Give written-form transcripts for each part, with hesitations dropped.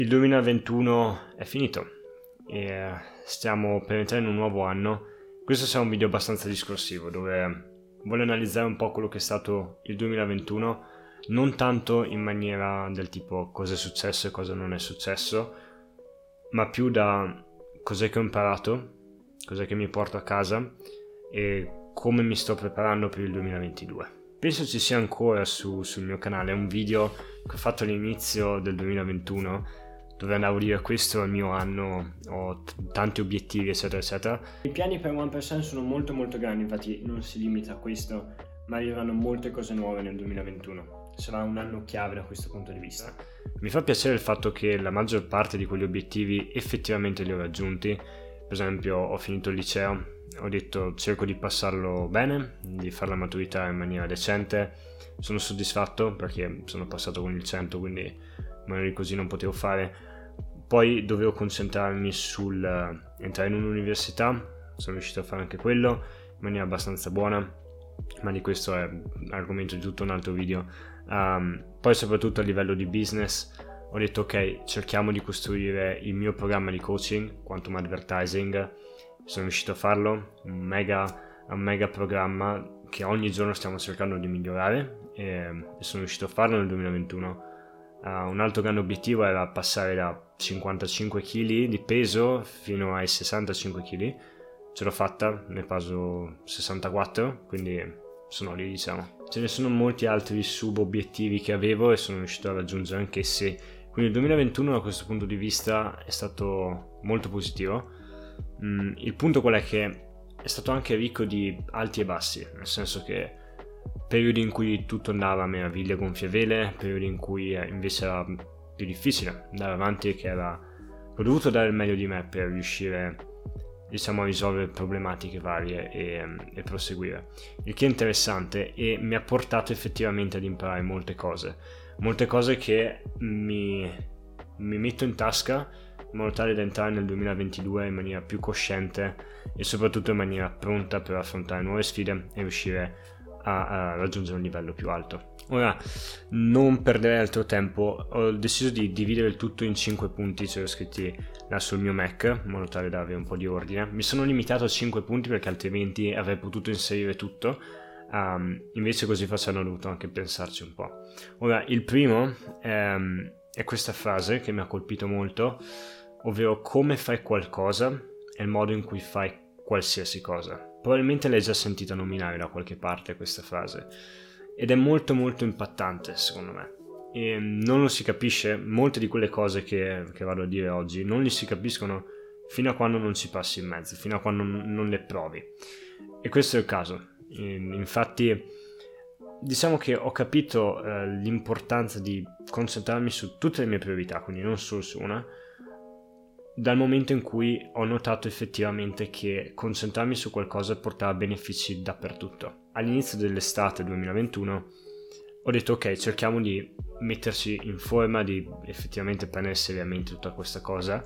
Il 2021 è finito e stiamo per entrare in un nuovo anno. Questo sarà un video abbastanza discorsivo dove voglio analizzare un po' quello che è stato il 2021, non tanto in maniera del tipo cosa è successo e cosa non è successo, ma più da cos'è che ho imparato, cos'è che mi porto a casa e come mi sto preparando per il 2022. Penso ci sia ancora sul mio canale un video che ho fatto all'inizio del 2021 dove andavo a dire questo è il mio anno, ho tanti obiettivi eccetera eccetera. I piani per OnePercent sono molto grandi, infatti non si limita a questo, ma arriveranno molte cose nuove nel 2021. Sarà un anno chiave da questo punto di vista. Mi fa piacere il fatto che la maggior parte di quegli obiettivi effettivamente li ho raggiunti. Per esempio ho finito il liceo, ho detto cerco di passarlo bene, di fare la maturità in maniera decente. Sono soddisfatto perché sono passato con il 100, quindi magari così non potevo fare. Poi dovevo concentrarmi sul entrare in un'università, sono riuscito a fare anche quello in maniera abbastanza buona, ma di questo è argomento di tutto un altro video. Poi soprattutto a livello di business ho detto ok, cerchiamo di costruire il mio programma di coaching, Quantum Advertising. Sono riuscito a farlo, un mega programma che ogni giorno stiamo cercando di migliorare e sono riuscito a farlo nel 2021. Un altro grande obiettivo era passare da 55 kg di peso fino ai 65 kg. Ce l'ho fatta, ne peso 64, quindi sono lì, diciamo. Ce ne sono molti altri sub obiettivi che avevo e sono riuscito a raggiungere anch'essi. Quindi il 2021 da questo punto di vista è stato molto positivo. Il punto qual è che è stato anche ricco di alti e bassi, nel senso che periodi in cui tutto andava a meraviglia gonfie vele, periodi in cui invece era più difficile andare avanti e che ho dovuto dare il meglio di me per riuscire, diciamo, a risolvere problematiche varie e proseguire, il che è interessante e mi ha portato effettivamente ad imparare molte cose che mi metto in tasca in modo tale da entrare nel 2022 in maniera più cosciente e soprattutto in maniera pronta per affrontare nuove sfide e riuscire a raggiungere un livello più alto. Ora, non perderei altro tempo, ho deciso di dividere il tutto in 5 punti, ce li ho scritti là sul mio Mac, in modo tale da avere un po' di ordine. Mi sono limitato a 5 punti perché altrimenti avrei potuto inserire tutto, invece così facendo ho dovuto anche pensarci un po'. Ora, il primo è questa frase che mi ha colpito molto, ovvero come fai qualcosa è il modo in cui fai qualsiasi cosa. Probabilmente l'hai già sentita nominare da qualche parte questa frase ed è molto impattante secondo me e non lo si capisce. Molte di quelle cose che vado a dire oggi non li si capiscono fino a quando non ci passi in mezzo, fino a quando non le provi, e questo è il caso. Infatti diciamo che ho capito l'importanza di concentrarmi su tutte le mie priorità, quindi non solo su una, dal momento in cui ho notato effettivamente che concentrarmi su qualcosa portava benefici dappertutto. All'inizio dell'estate 2021 ho detto ok, cerchiamo di metterci in forma, di effettivamente prendere seriamente tutta questa cosa.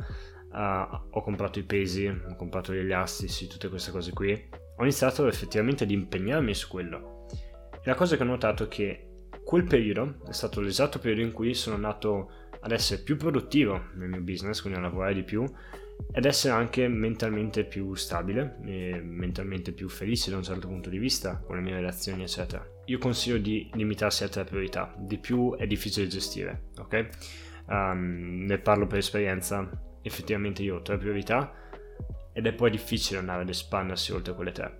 Ho comprato i pesi, ho comprato gli elastici, tutte queste cose qui. Ho iniziato effettivamente ad impegnarmi su quello. E la cosa che ho notato è che quel periodo è stato l'esatto periodo in cui sono andato ad essere più produttivo nel mio business, quindi a lavorare di più ed essere anche mentalmente più stabile e mentalmente più felice da un certo punto di vista con le mie relazioni eccetera. Io consiglio di limitarsi a 3 priorità, di più è difficile gestire, ok? Ne parlo per esperienza, effettivamente io ho 3 priorità ed è poi difficile andare ad espandersi oltre quelle 3.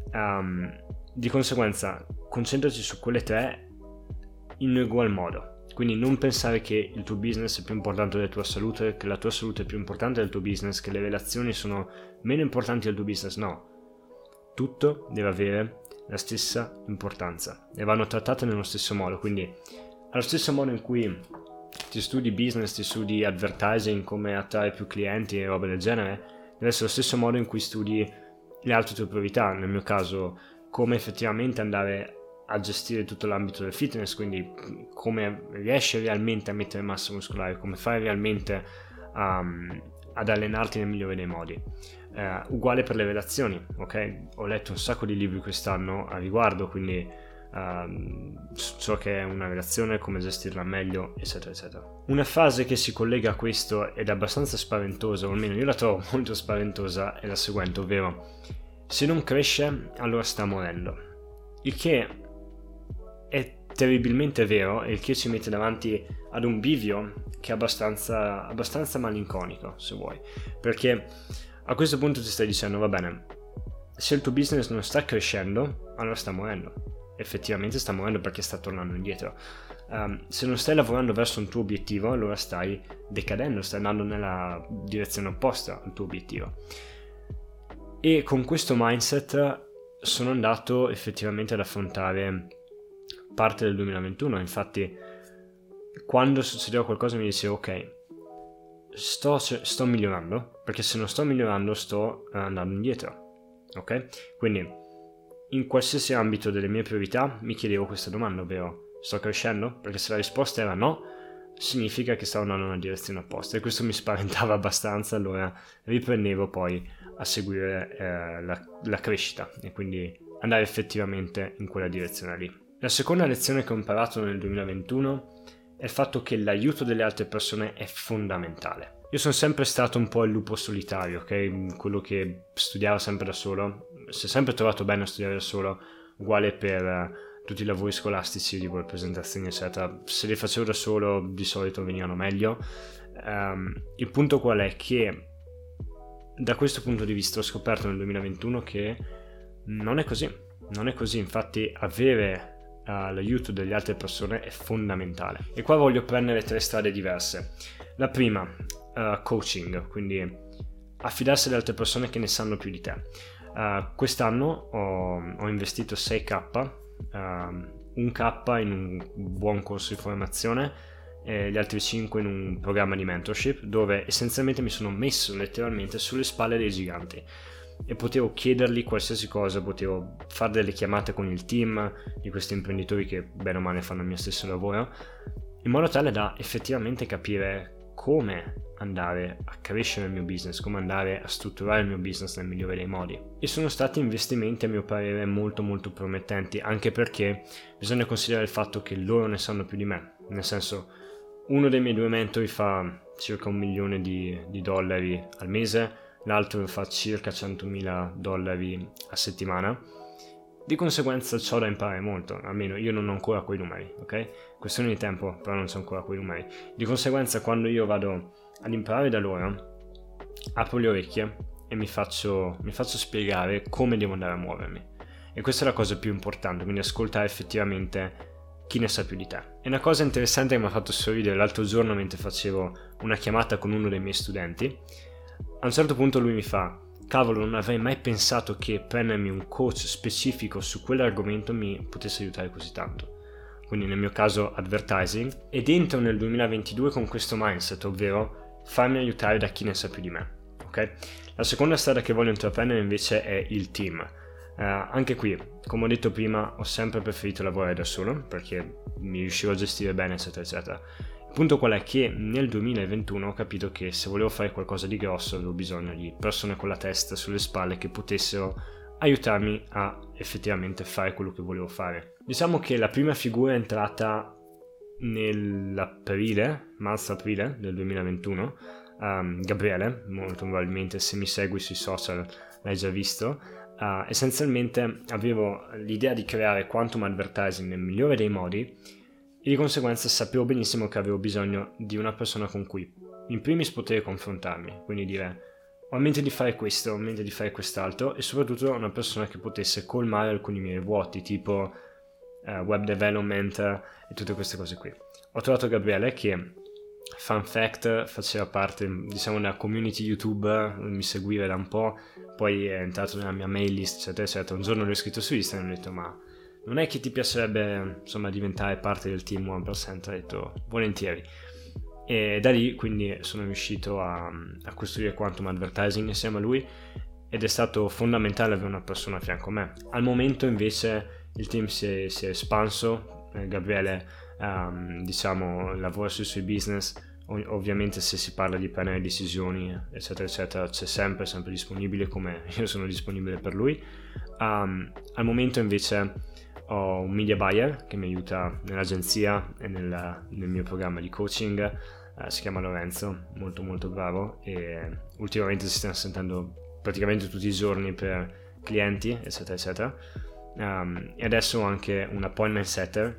Di conseguenza concentraci su quelle 3 in ugual modo. Quindi non pensare che il tuo business è più importante della tua salute, che la tua salute è più importante del tuo business, che le relazioni sono meno importanti del tuo business. No, tutto deve avere la stessa importanza e vanno trattate nello stesso modo. Quindi allo stesso modo in cui ti studi business, ti studi advertising, come attrarre più clienti e roba del genere, deve essere lo stesso modo in cui studi le altre tue priorità. Nel mio caso, come effettivamente andare a gestire tutto l'ambito del fitness, quindi come riesci realmente a mettere massa muscolare, come fai realmente ad allenarti nel migliore dei modi. Uguale per le relazioni, ok? Ho letto un sacco di libri quest'anno a riguardo, quindi ciò che è una relazione, come gestirla meglio, eccetera eccetera. Una frase che si collega a questo ed è abbastanza spaventosa, o almeno io la trovo molto spaventosa, è la seguente, ovvero: se non cresce allora sta morendo. Il che è terribilmente vero, e il che ci mette davanti ad un bivio che è abbastanza malinconico, se vuoi, perché a questo punto ti stai dicendo: va bene, se il tuo business non sta crescendo allora sta morendo. Effettivamente sta morendo perché sta tornando indietro. Se non stai lavorando verso un tuo obiettivo allora stai decadendo, stai andando nella direzione opposta al tuo obiettivo. E con questo mindset sono andato effettivamente ad affrontare parte del 2021. Infatti, quando succedeva qualcosa mi dicevo: ok, sto migliorando, perché se non sto migliorando sto andando indietro. Ok? Quindi in qualsiasi ambito delle mie priorità mi chiedevo questa domanda, ovvero: sto crescendo? Perché se la risposta era no, significa che stavo andando nella direzione opposta, e questo mi spaventava abbastanza. Allora riprendevo poi a seguire la crescita e quindi andare effettivamente in quella direzione lì. La seconda lezione che ho imparato nel 2021 è il fatto che l'aiuto delle altre persone è fondamentale. Io sono sempre stato un po' il lupo solitario, ok? Quello che studiava sempre da solo. Si è sempre trovato bene a studiare da solo, uguale per tutti i lavori scolastici, tipo le presentazioni eccetera. Se li facevo da solo di solito venivano meglio. Il punto qual è? Che da questo punto di vista ho scoperto nel 2021 che non è così. Infatti avere l'aiuto delle altre persone è fondamentale, e qua voglio prendere 3 strade diverse. La prima, coaching, quindi affidarsi alle altre persone che ne sanno più di te. Quest'anno ho investito 6k, 1k in un buon corso di formazione e gli altri 5 in un programma di mentorship, dove essenzialmente mi sono messo letteralmente sulle spalle dei giganti e potevo chiedergli qualsiasi cosa, potevo fare delle chiamate con il team di questi imprenditori che bene o male fanno il mio stesso lavoro, in modo tale da effettivamente capire come andare a crescere il mio business, come andare a strutturare il mio business nel migliore dei modi. E sono stati investimenti a mio parere molto molto promettenti, anche perché bisogna considerare il fatto che loro ne sanno più di me. Nel senso, uno dei miei 2 mentori fa circa $1 milione al mese, l'altro fa circa $100.000 a settimana. Di conseguenza c'ho da imparare molto, almeno io non ho ancora quei numeri, ok? Questione di tempo, però non c'ho ancora quei numeri. Di conseguenza, quando io vado ad imparare da loro, apro le orecchie e mi faccio spiegare come devo andare a muovermi. E questa è la cosa più importante, quindi ascoltare effettivamente chi ne sa più di te. E una cosa interessante che mi ha fatto sorridere l'altro giorno, mentre facevo una chiamata con uno dei miei studenti, a un certo punto lui mi fa: cavolo, non avrei mai pensato che prendermi un coach specifico su quell'argomento mi potesse aiutare così tanto. Quindi nel mio caso advertising, ed entro nel 2022 con questo mindset, ovvero farmi aiutare da chi ne sa più di me, ok? La seconda strada che voglio intraprendere invece è il team. Anche qui, come ho detto prima, ho sempre preferito lavorare da solo perché mi riuscivo a gestire bene eccetera eccetera. Il punto qual è? Che nel 2021 ho capito che se volevo fare qualcosa di grosso avevo bisogno di persone con la testa sulle spalle che potessero aiutarmi a effettivamente fare quello che volevo fare. Diciamo che la prima figura è entrata marzo-aprile del 2021, Gabriele, molto probabilmente se mi segui sui social l'hai già visto. Essenzialmente avevo l'idea di creare Quantum Advertising nel migliore dei modi, e di conseguenza sapevo benissimo che avevo bisogno di una persona con cui in primis poter confrontarmi, quindi dire: ho in mente di fare questo, ho in mente di fare quest'altro, e soprattutto una persona che potesse colmare alcuni miei vuoti, tipo web development e tutte queste cose qui. Ho trovato Gabriele che, fun fact, faceva parte, diciamo, della community YouTube, mi seguiva da un po', poi è entrato nella mia mail list eccetera eccetera. Un giorno l'ho scritto su Instagram e ho detto: ma non è che ti piacerebbe insomma diventare parte del team 1%? Ho detto: volentieri. E da lì quindi sono riuscito a costruire Quantum Advertising insieme a lui, ed è stato fondamentale avere una persona a fianco a me. Al momento invece il team si è espanso. Gabriele diciamo lavora sui suoi business, ovviamente se si parla di prendere decisioni eccetera eccetera c'è sempre disponibile, come io sono disponibile per lui. Al momento invece ho un media buyer che mi aiuta nell'agenzia e nel mio programma di coaching, si chiama Lorenzo, molto molto bravo, e ultimamente si sta sentendo praticamente tutti i giorni per clienti, eccetera eccetera. E adesso ho anche un appointment setter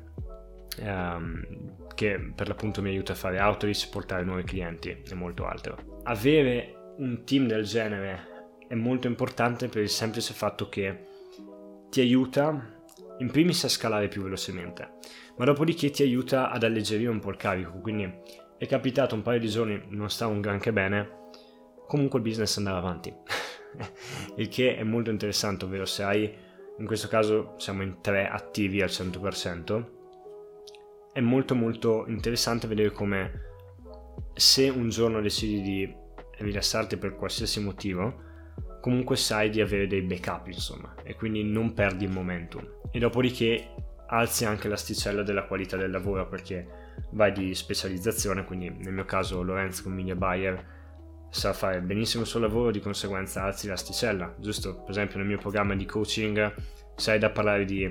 che per l'appunto mi aiuta a fare outreach, portare nuovi clienti e molto altro. Avere un team del genere è molto importante per il semplice fatto che ti aiuta in primis a scalare più velocemente, ma dopodiché ti aiuta ad alleggerire un po' il carico. Quindi è capitato un paio di giorni non stavo un granché bene, comunque il business andava avanti il che è molto interessante, ovvero se hai, in questo caso siamo in 3 attivi al 100%, è molto molto interessante vedere come, se un giorno decidi di rilassarti per qualsiasi motivo, comunque sai di avere dei backup, insomma, e quindi non perdi il momentum, e dopodiché alzi anche l'asticella della qualità del lavoro, perché vai di specializzazione. Quindi nel mio caso Lorenzo come media buyer sa fare benissimo il suo lavoro, di conseguenza alzi l'asticella, giusto? Per esempio nel mio programma di coaching, se hai da parlare di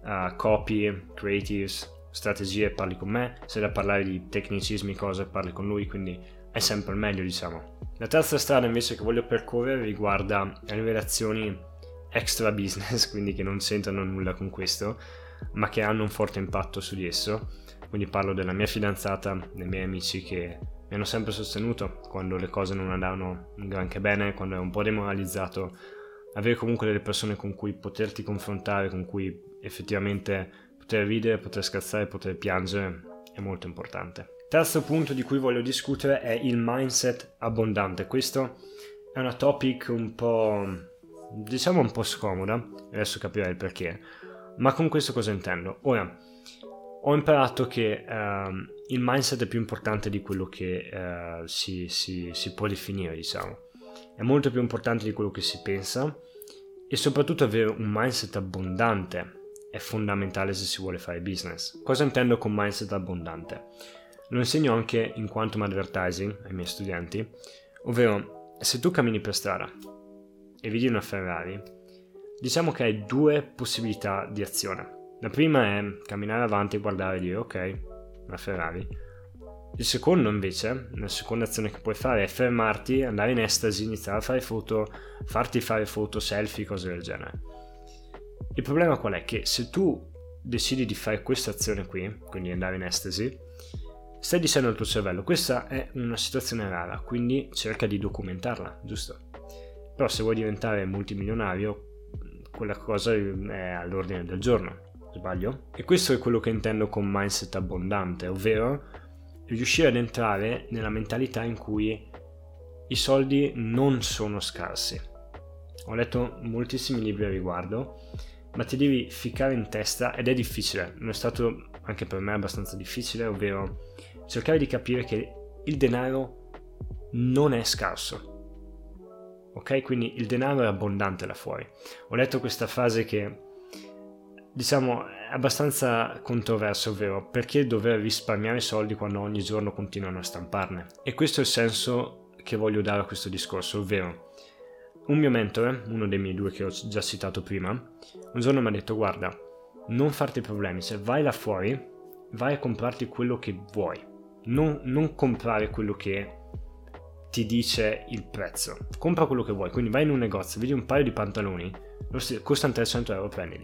copy, creatives, strategie, parli con me, se hai da parlare di tecnicismi, cose, parli con lui, quindi è sempre il meglio, diciamo. La terza strada invece che voglio percorrere riguarda le relazioni extra business, quindi che non c'entrano nulla con questo, ma che hanno un forte impatto su di esso. Quindi parlo della mia fidanzata, dei miei amici che mi hanno sempre sostenuto quando le cose non andavano granché bene, quando ero un po' demoralizzato. Avere comunque delle persone con cui poterti confrontare, con cui effettivamente poter ridere, poter scherzare, poter piangere è molto importante. Terzo punto di cui voglio discutere è il mindset abbondante. Questo è una topic un po', diciamo, un po' scomoda, adesso capirai il perché, ma con questo cosa intendo? Ora, ho imparato che il mindset è più importante di quello che si può definire, diciamo. È molto più importante di quello che si pensa, e soprattutto avere un mindset abbondante è fondamentale se si vuole fare business. Cosa intendo con mindset abbondante? Lo insegno anche in Quantum Advertising ai miei studenti, ovvero se tu cammini per strada e vedi una Ferrari, diciamo che hai 2 possibilità di azione. La prima è camminare avanti e guardare e dire ok, una Ferrari. Il secondo invece, la seconda azione che puoi fare è fermarti, andare in estasi, iniziare a fare foto, farti fare foto, selfie, cose del genere. Il problema qual è? Che se tu decidi di fare questa azione qui, quindi andare in estasi, stai dicendo al tuo cervello questa è una situazione rara, quindi cerca di documentarla, giusto? Però se vuoi diventare multimilionario, quella cosa è all'ordine del giorno, sbaglio? E questo è quello che intendo con mindset abbondante, ovvero riuscire ad entrare nella mentalità in cui i soldi non sono scarsi. Ho letto moltissimi libri a riguardo, ma ti devi ficcare in testa, ed è difficile, non è stato anche per me abbastanza difficile, ovvero cercare di capire che il denaro non è scarso, ok? Quindi il denaro è abbondante là fuori. Ho letto questa frase che, diciamo, è abbastanza controversa, ovvero perché dover risparmiare soldi quando ogni giorno continuano a stamparne? E questo è il senso che voglio dare a questo discorso, ovvero un mio mentore, uno dei miei 2 che ho già citato prima, un giorno mi ha detto guarda, non farti problemi, se vai là fuori vai a comprarti quello che vuoi, non comprare quello che ti dice il prezzo, compra quello che vuoi. Quindi vai in un negozio, vedi un paio di pantaloni, costano 300 euro, prendili.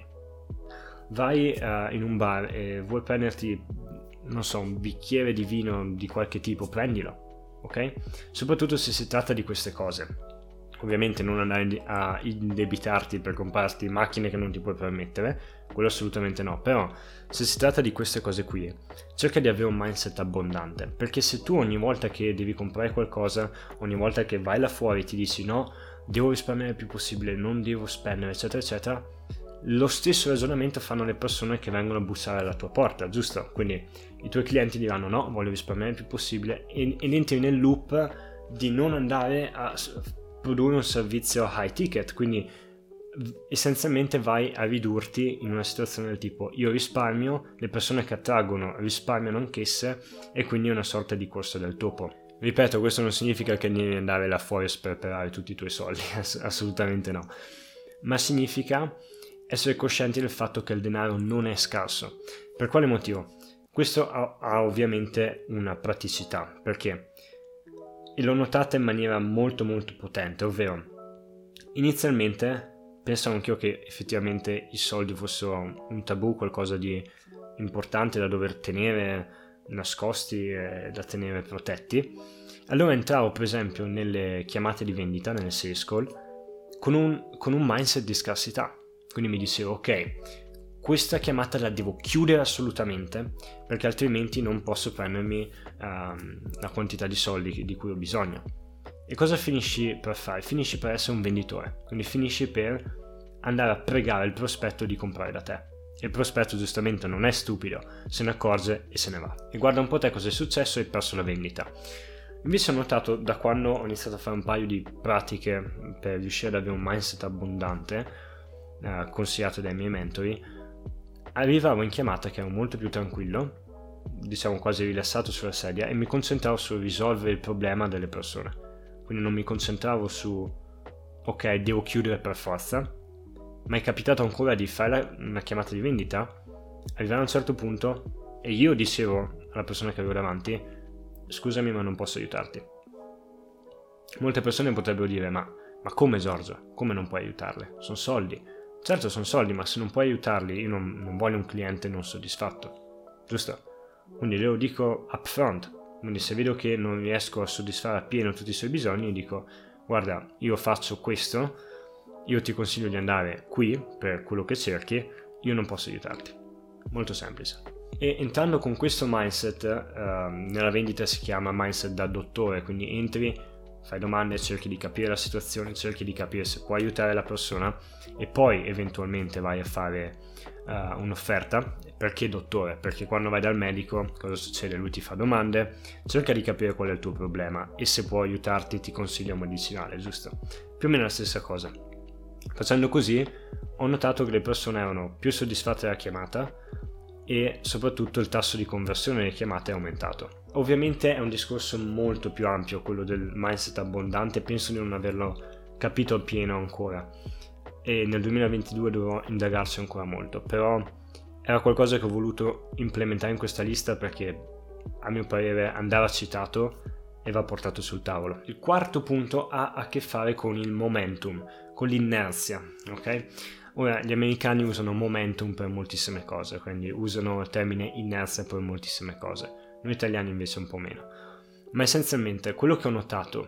Vai in un bar e vuoi prenderti, non so, un bicchiere di vino di qualche tipo, prendilo, ok? Soprattutto se si tratta di queste cose. Ovviamente non andare a indebitarti per comprarti macchine che non ti puoi permettere, quello assolutamente no, però se si tratta di queste cose qui, cerca di avere un mindset abbondante, perché se tu ogni volta che devi comprare qualcosa, ogni volta che vai là fuori ti dici no, devo risparmiare il più possibile, non devo spendere, eccetera eccetera, lo stesso ragionamento fanno le persone che vengono a bussare alla tua porta, giusto? Quindi i tuoi clienti diranno no, voglio risparmiare il più possibile, ed entri nel loop di non andare a produrre un servizio high ticket, quindi essenzialmente vai a ridurti in una situazione del tipo io risparmio, le persone che attraggono risparmiano anch'esse, e quindi è una sorta di corsa del topo. Ripeto, questo non significa che devi andare là fuori a sperperare tutti i tuoi soldi, assolutamente no, ma significa essere coscienti del fatto che il denaro non è scarso. Per quale motivo? Questo ha ovviamente una praticità, perché e l'ho notata in maniera molto molto potente, ovvero inizialmente pensavo anch'io che effettivamente i soldi fossero un tabù, qualcosa di importante da dover tenere nascosti e da tenere protetti. Allora entravo per esempio nelle chiamate di vendita, nelle sales call, con un mindset di scarsità. Quindi mi dicevo, ok, questa chiamata la devo chiudere assolutamente, perché altrimenti non posso prendermi la quantità di soldi di cui ho bisogno. E cosa finisci per fare? Finisci per essere un venditore, quindi finisci per andare a pregare il prospetto di comprare da te. E il prospetto giustamente non è stupido, se ne accorge e se ne va. E guarda un po' te cosa è successo e hai perso la vendita. Invece ho notato, da quando ho iniziato a fare un paio di pratiche per riuscire ad avere un mindset abbondante, consigliato dai miei mentori, arrivavo in chiamata che ero molto più tranquillo, diciamo quasi rilassato sulla sedia, e mi concentravo su risolvere il problema delle persone. Quindi non mi concentravo su ok, devo chiudere per forza, ma è capitato ancora di fare una chiamata di vendita, arrivare a un certo punto e io dicevo alla persona che avevo davanti: scusami, ma non posso aiutarti. Molte persone potrebbero dire ma come, Giorgio? Come non puoi aiutarle? Sono soldi. Certo sono soldi, ma se non puoi aiutarli, io non voglio un cliente non soddisfatto, giusto? Quindi lo dico upfront. Quindi se vedo che non riesco a soddisfare appieno tutti i suoi bisogni, dico: guarda, io faccio questo, io ti consiglio di andare qui per quello che cerchi, io non posso aiutarti. Molto semplice. E entrando con questo mindset, nella vendita si chiama mindset da dottore, quindi entri, fai domande, cerchi di capire la situazione, cerchi di capire se puoi aiutare la persona e poi eventualmente vai a fare un'offerta. Perché dottore? Perché quando vai dal medico cosa succede? Lui ti fa domande, cerca di capire qual è il tuo problema e se può aiutarti ti consiglia un medicinale, giusto? Più o meno la stessa cosa. Facendo così ho notato che le persone erano più soddisfatte della chiamata e soprattutto il tasso di conversione delle chiamate è aumentato. Ovviamente è un discorso molto più ampio quello del mindset abbondante, penso di non averlo capito appieno ancora e nel 2022 dovrò indagarci ancora molto, però era qualcosa che ho voluto implementare in questa lista perché a mio parere andava citato e va portato sul tavolo. Il quarto punto ha a che fare con il momentum, con l'inerzia, ok? Ora, gli americani usano momentum per moltissime cose, quindi usano il termine inerzia per moltissime cose. Noi italiani invece un po' meno. Ma essenzialmente quello che ho notato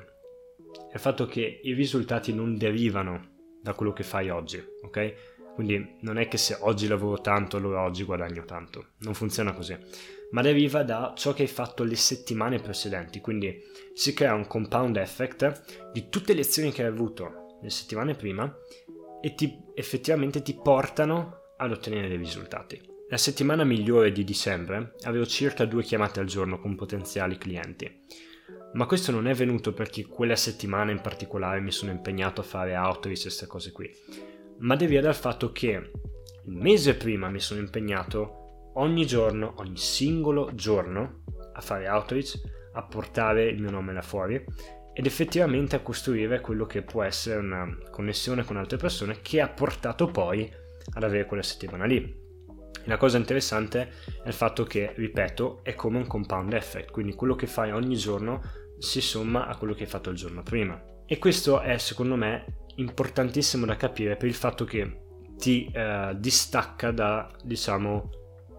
è il fatto che i risultati non derivano da quello che fai oggi, ok? Quindi non è che se oggi lavoro tanto, allora oggi guadagno tanto. Non funziona così. Ma deriva da ciò che hai fatto le settimane precedenti. Quindi si crea un compound effect di tutte le azioni che hai avuto le settimane prima e effettivamente ti portano ad ottenere dei risultati. La settimana migliore di dicembre avevo circa 2 chiamate al giorno con potenziali clienti, ma questo non è venuto perché quella settimana in particolare mi sono impegnato a fare outreach e queste cose qui, ma deriva dal fatto che il mese prima mi sono impegnato ogni giorno, ogni singolo giorno a fare outreach, a portare il mio nome là fuori ed effettivamente a costruire quello che può essere una connessione con altre persone che ha portato poi ad avere quella settimana lì. E la cosa interessante è il fatto che, ripeto, è come un compound effect, quindi quello che fai ogni giorno si somma a quello che hai fatto il giorno prima. E questo è, secondo me, importantissimo da capire per il fatto che ti distacca da, diciamo,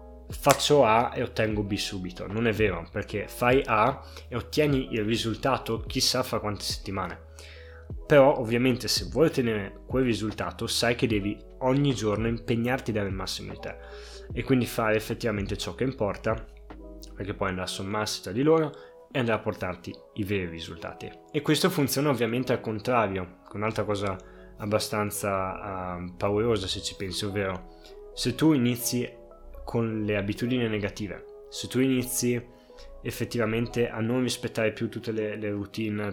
faccio A e ottengo B subito. Non è vero, perché fai A e ottieni il risultato chissà fra quante settimane. Però ovviamente se vuoi ottenere quel risultato sai che devi ogni giorno impegnarti a dare il massimo di te e quindi fare effettivamente ciò che importa, perché poi andrà a sommarsi tra di loro e andrà a portarti i veri risultati. E questo funziona ovviamente al contrario, con un'altra cosa abbastanza paurosa se ci pensi, ovvero se tu inizi con le abitudini negative, se tu inizi effettivamente a non rispettare più tutte le routine,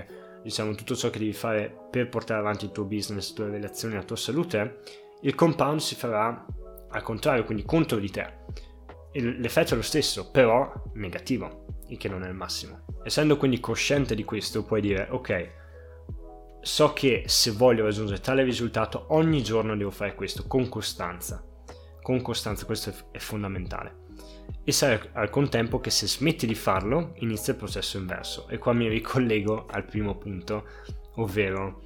tutto ciò che devi fare per portare avanti il tuo business, le tue relazioni, la tua salute, il compound si farà al contrario, quindi contro di te. L'effetto è lo stesso, però negativo, il che non è il massimo. Essendo quindi cosciente di questo, puoi dire: ok, so che se voglio raggiungere tale risultato ogni giorno devo fare questo con costanza, questo è fondamentale. E sai al contempo che se smetti di farlo inizia il processo inverso, e qua mi ricollego al primo punto, ovvero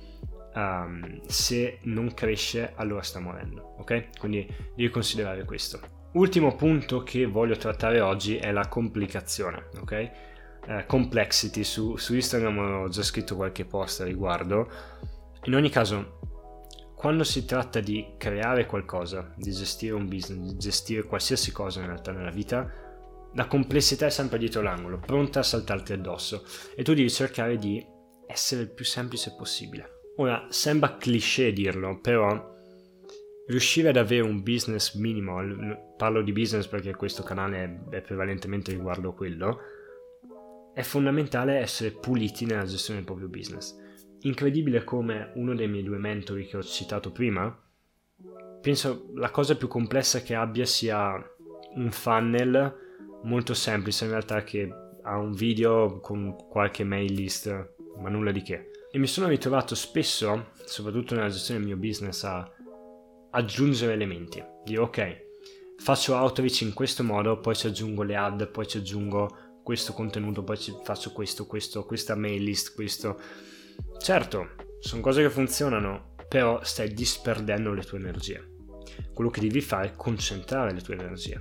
se non cresce allora sta morendo, ok? Quindi devi considerare questo. Ultimo punto che voglio trattare oggi è la complicazione, ok? Complexity, su Instagram ho già scritto qualche post a riguardo. In ogni caso, quando si tratta di creare qualcosa, di gestire un business, di gestire qualsiasi cosa in realtà nella vita, la complessità è sempre dietro l'angolo, pronta a saltarti addosso, e tu devi cercare di essere il più semplice possibile. Ora, sembra cliché dirlo, però riuscire ad avere un business minimo, parlo di business perché questo canale è prevalentemente riguardo quello, è fondamentale essere puliti nella gestione del proprio business. Incredibile come uno dei miei 2 mentori che ho citato prima, penso la cosa più complessa che abbia sia un funnel molto semplice in realtà, che ha un video con qualche mail list, ma nulla di che. E mi sono ritrovato spesso, soprattutto nella gestione del mio business, a aggiungere elementi. Dire ok, faccio outreach in questo modo, poi ci aggiungo le ad, poi ci aggiungo questo contenuto, poi ci faccio questa mail list, questo. Certo, sono cose che funzionano, però stai disperdendo le tue energie. Quello che devi fare è concentrare le tue energie.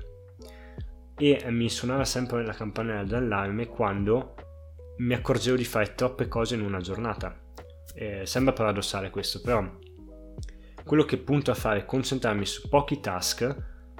E mi suonava sempre la campanella d'allarme quando mi accorgevo di fare troppe cose in una giornata. Sembra paradossale questo, però quello che punto a fare è concentrarmi su pochi task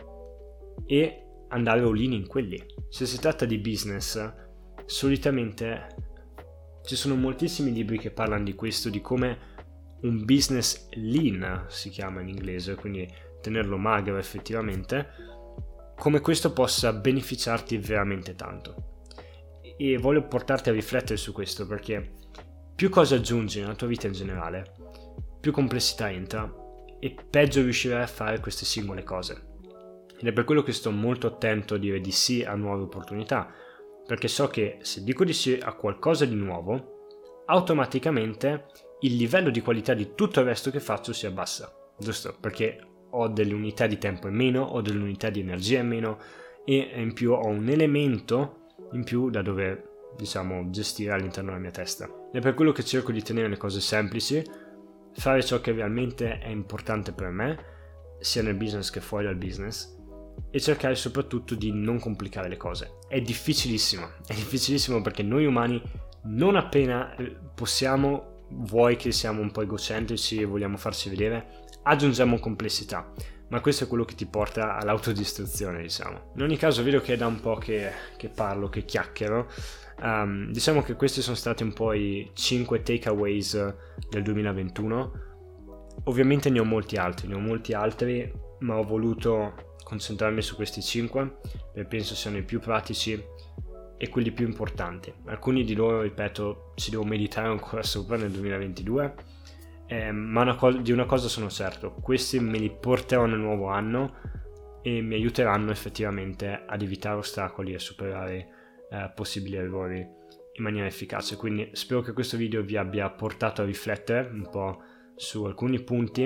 e andare all-in in quelli. Se si tratta di business, solitamente ci sono moltissimi libri che parlano di questo, di come un business lean si chiama in inglese, quindi tenerlo magro effettivamente, come questo possa beneficiarti veramente tanto. E voglio portarti a riflettere su questo, perché più cose aggiungi nella tua vita in generale, più complessità entra e peggio riuscirai a fare queste singole cose. Ed è per quello che sto molto attento a dire di sì a nuove opportunità, perché so che se dico di sì a qualcosa di nuovo, automaticamente il livello di qualità di tutto il resto che faccio si abbassa, giusto? Perché ho delle unità di tempo in meno, ho delle unità di energia in meno, e in più ho un elemento in più da dover, gestire all'interno della mia testa. Ed è per quello che cerco di tenere le cose semplici, fare ciò che realmente è importante per me, sia nel business che fuori dal business, e cercare soprattutto di non complicare le cose. È difficilissimo perché noi umani, non appena possiamo, vuoi che siamo un po' egocentrici e vogliamo farci vedere, aggiungiamo complessità, ma questo è quello che ti porta all'autodistruzione, diciamo. In ogni caso vedo che è da un po' che parlo, che chiacchiero. Diciamo che questi sono stati un po' i 5 takeaways del 2021. Ovviamente ne ho molti altri, ma ho voluto concentrarmi su questi 5 perché penso siano i più pratici e quelli più importanti. Alcuni di loro, ripeto, ci devo meditare ancora sopra nel 2022, ma di una cosa sono certo: questi me li porterò nel nuovo anno e mi aiuteranno effettivamente ad evitare ostacoli e a superare possibili errori in maniera efficace. Quindi spero che questo video vi abbia portato a riflettere un po' su alcuni punti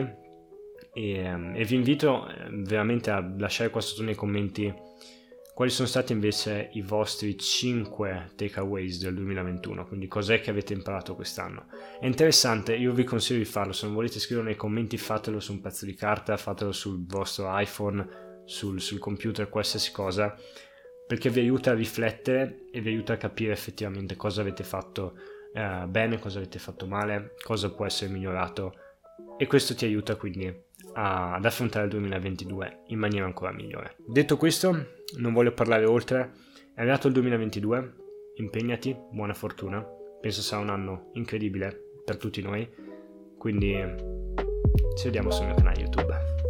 e vi invito veramente a lasciare qua sotto nei commenti quali sono stati invece i vostri 5 takeaways del 2021, quindi cos'è che avete imparato quest'anno. È interessante, io vi consiglio di farlo. Se non volete scriverlo nei commenti, fatelo su un pezzo di carta, fatelo sul vostro iPhone, sul computer, qualsiasi cosa, perché vi aiuta a riflettere e vi aiuta a capire effettivamente cosa avete fatto bene, cosa avete fatto male, cosa può essere migliorato, e questo ti aiuta quindi ad affrontare il 2022 in maniera ancora migliore. Detto questo, non voglio parlare oltre, è arrivato il 2022, impegnati, buona fortuna, penso sarà un anno incredibile per tutti noi, quindi ci vediamo sul mio canale YouTube.